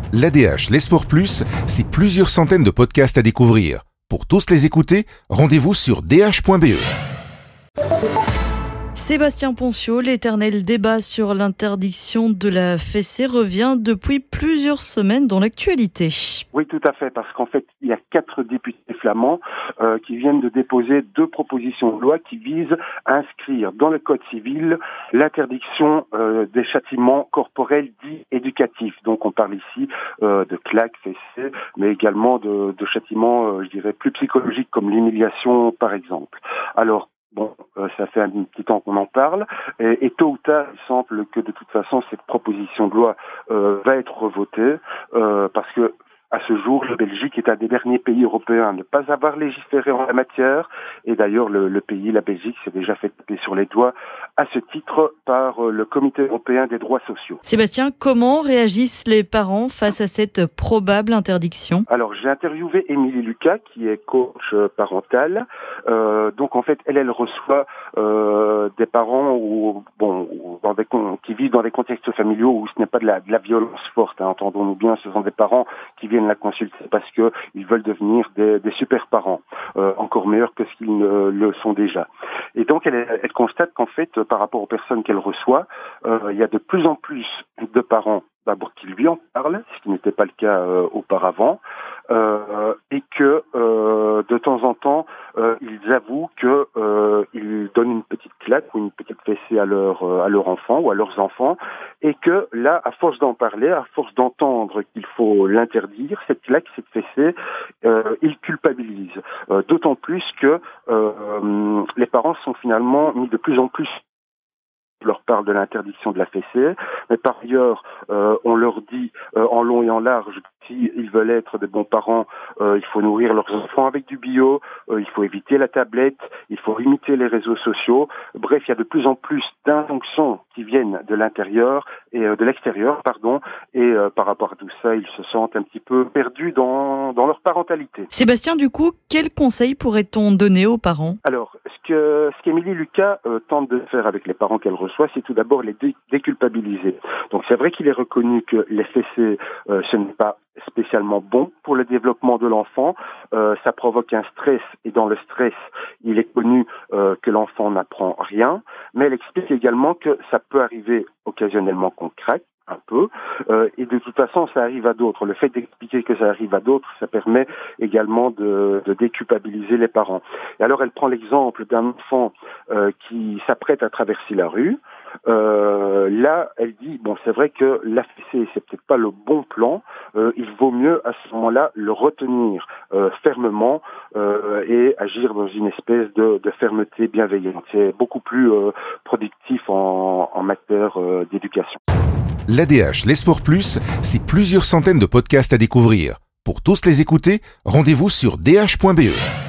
L'ADH, les Sports Plus, c'est plusieurs centaines de podcasts à découvrir. Pour tous les écouter, rendez-vous sur dh.be. Sébastien Pontiot, l'éternel débat sur l'interdiction de la fessée revient depuis plusieurs semaines dans l'actualité. Oui, tout à fait, parce qu'en fait, il y a 4 députés flamands qui viennent de déposer 2 propositions de loi qui visent à inscrire dans le Code civil l'interdiction des châtiments corporels dits éducatifs. Donc on parle ici de claques, fessées, mais également de châtiments, je dirais, plus psychologiques comme l'humiliation, par exemple. Alors, bon, ça fait un petit temps qu'on en parle, et tôt ou tard, il semble que de toute façon, cette proposition de loi va être votée, parce que à ce jour, la Belgique est un des derniers pays européens à ne pas avoir légiféré en la matière, et d'ailleurs le pays, la Belgique, s'est déjà fait taper sur les doigts à ce titre par le Comité européen des droits sociaux. Sébastien, comment réagissent les parents face à cette probable interdiction ? Alors, j'ai interviewé Émilie Lucas, qui est coach parental. Donc, en fait, elle reçoit des parents qui vivent dans des contextes familiaux où ce n'est pas de la violence forte. Entendons-nous bien, ce sont des parents qui viennent la consulter parce que ils veulent devenir des super parents, encore meilleurs que ce qu'ils ne le sont déjà. Et donc, elle constate qu'en fait, par rapport aux personnes qu'elle reçoit, il y a de plus en plus de parents d'abord qui lui en parlent, ce qui n'était pas le cas auparavant, et que de temps en temps, ils avouent que ils donnent une petite claque ou une petite fessée à leur enfant ou à leurs enfants, et que là, à force d'en parler, à force d'entendre qu'il faut l'interdire, cette claque, cette fessée, ils culpabilisent. D'autant plus que les parents sont finalement mis de plus en plus. On leur parle de l'interdiction de la fessée, mais par ailleurs, on leur dit en long et en large, s'ils veulent être des bons parents, il faut nourrir leurs enfants avec du bio, il faut éviter la tablette, il faut limiter les réseaux sociaux. Bref, il y a de plus en plus d'injonctions qui viennent de l'intérieur et de l'extérieur, et par rapport à tout ça, ils se sentent un petit peu perdus dans leur parentalité. Sébastien, du coup, quels conseils pourrait-on donner aux parents ? Alors, ce qu'Émilie Lucas tente de faire avec les parents qu'elle reçoit, c'est tout d'abord les déculpabiliser. Donc c'est vrai qu'il est reconnu que les fessées, ce n'est pas spécialement bon pour le développement de l'enfant. Ça provoque un stress, et dans le stress, il est connu que l'enfant n'apprend rien. Mais elle explique également que ça peut arriver occasionnellement qu'on craque un peu, et de toute façon ça arrive à d'autres. Le fait d'expliquer que ça arrive à d'autres, ça permet également de déculpabiliser les parents. Et alors elle prend l'exemple d'un enfant qui s'apprête à traverser la rue. Là, elle dit, bon, c'est vrai que la fessée, c'est peut-être pas le bon plan, il vaut mieux à ce moment-là le retenir fermement et agir dans une espèce de fermeté bienveillante. C'est beaucoup plus productif en matière d'éducation. L'ADH, les Sports Plus, c'est plusieurs centaines de podcasts à découvrir. Pour tous les écouter, rendez-vous sur dh.be.